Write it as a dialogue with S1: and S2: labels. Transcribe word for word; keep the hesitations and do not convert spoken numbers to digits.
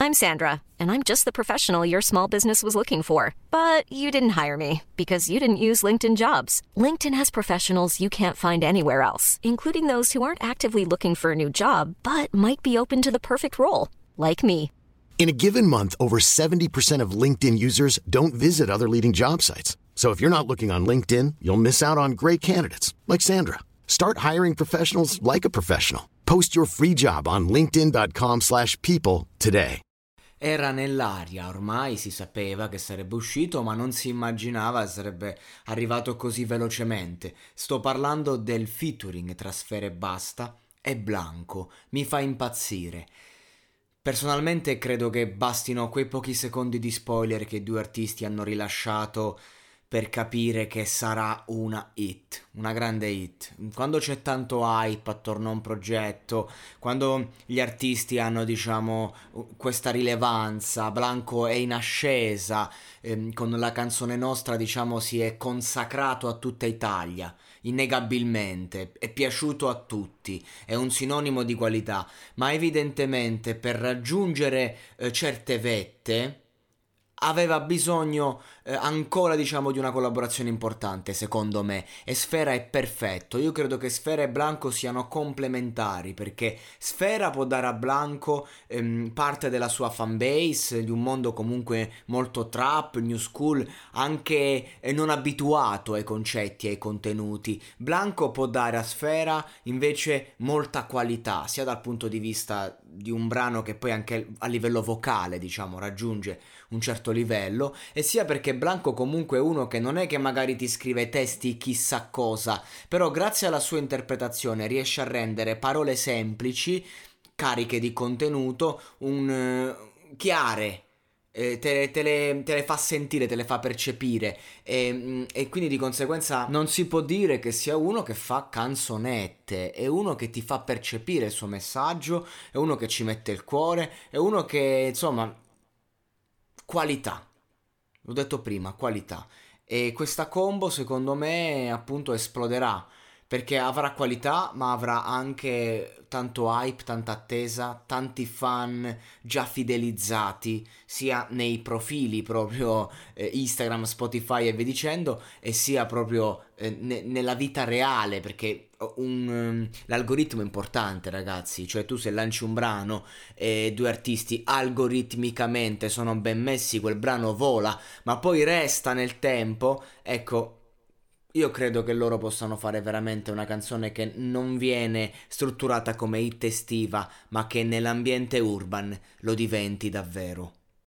S1: I'm Sandra, and I'm just the professional your small business was looking for. But you didn't hire me because you didn't use LinkedIn Jobs. LinkedIn has professionals you can't find anywhere else, including those who aren't actively looking for a new job, but might be open to the perfect role, like me.
S2: In a given month, over seventy percent of LinkedIn users don't visit other leading job sites. So if you're not looking on LinkedIn, you'll miss out on great candidates like Sandra. Start hiring professionals like a professional. Post your free job on linkedin.com slash people today.
S3: Era nell'aria, ormai si sapeva che sarebbe uscito, ma non si immaginava sarebbe arrivato così velocemente. Sto parlando del featuring tra Sfera Ebbasta e Blanco. Mi fa impazzire. Personalmente credo che bastino quei pochi secondi di spoiler che i due artisti hanno rilasciato per capire che sarà una hit, una grande hit. Quando c'è tanto hype attorno a un progetto, quando gli artisti hanno, diciamo, questa rilevanza, Blanco è in ascesa, ehm, con la canzone nostra, diciamo, si è consacrato a tutta Italia, innegabilmente, è piaciuto a tutti, è un sinonimo di qualità, ma evidentemente per raggiungere eh, certe vette aveva bisogno eh, ancora, diciamo, di una collaborazione importante, secondo me, e Sfera è perfetto. Io credo che Sfera e Blanco siano complementari, perché Sfera può dare a Blanco ehm, parte della sua fanbase, di un mondo comunque molto trap, new school, anche eh, non abituato ai concetti e ai contenuti. Blanco può dare a Sfera invece molta qualità, sia dal punto di vista di un brano che poi anche a livello vocale, diciamo, raggiunge un certo livello, e sia perché Blanco comunque è uno che non è che magari ti scrive testi chissà cosa, però grazie alla sua interpretazione riesce a rendere parole semplici, cariche di contenuto, un uh, chiare, eh, te, te, le, te le fa sentire, te le fa percepire, e, e quindi di conseguenza non si può dire che sia uno che fa canzonette, è uno che ti fa percepire il suo messaggio, è uno che ci mette il cuore, è uno che, insomma, qualità, l'ho detto prima, qualità, e questa combo secondo me appunto esploderà, perché avrà qualità ma avrà anche tanto hype, tanta attesa, tanti fan già fidelizzati sia nei profili proprio eh, Instagram, Spotify e via dicendo, e sia proprio eh, ne- nella vita reale, perché un, um, l'algoritmo è importante, ragazzi, cioè tu se lanci un brano e due artisti algoritmicamente sono ben messi, quel brano vola, ma poi resta nel tempo, ecco. Io credo che loro possano fare veramente una canzone che non viene strutturata come hit estiva, ma che nell'ambiente urban lo diventi davvero.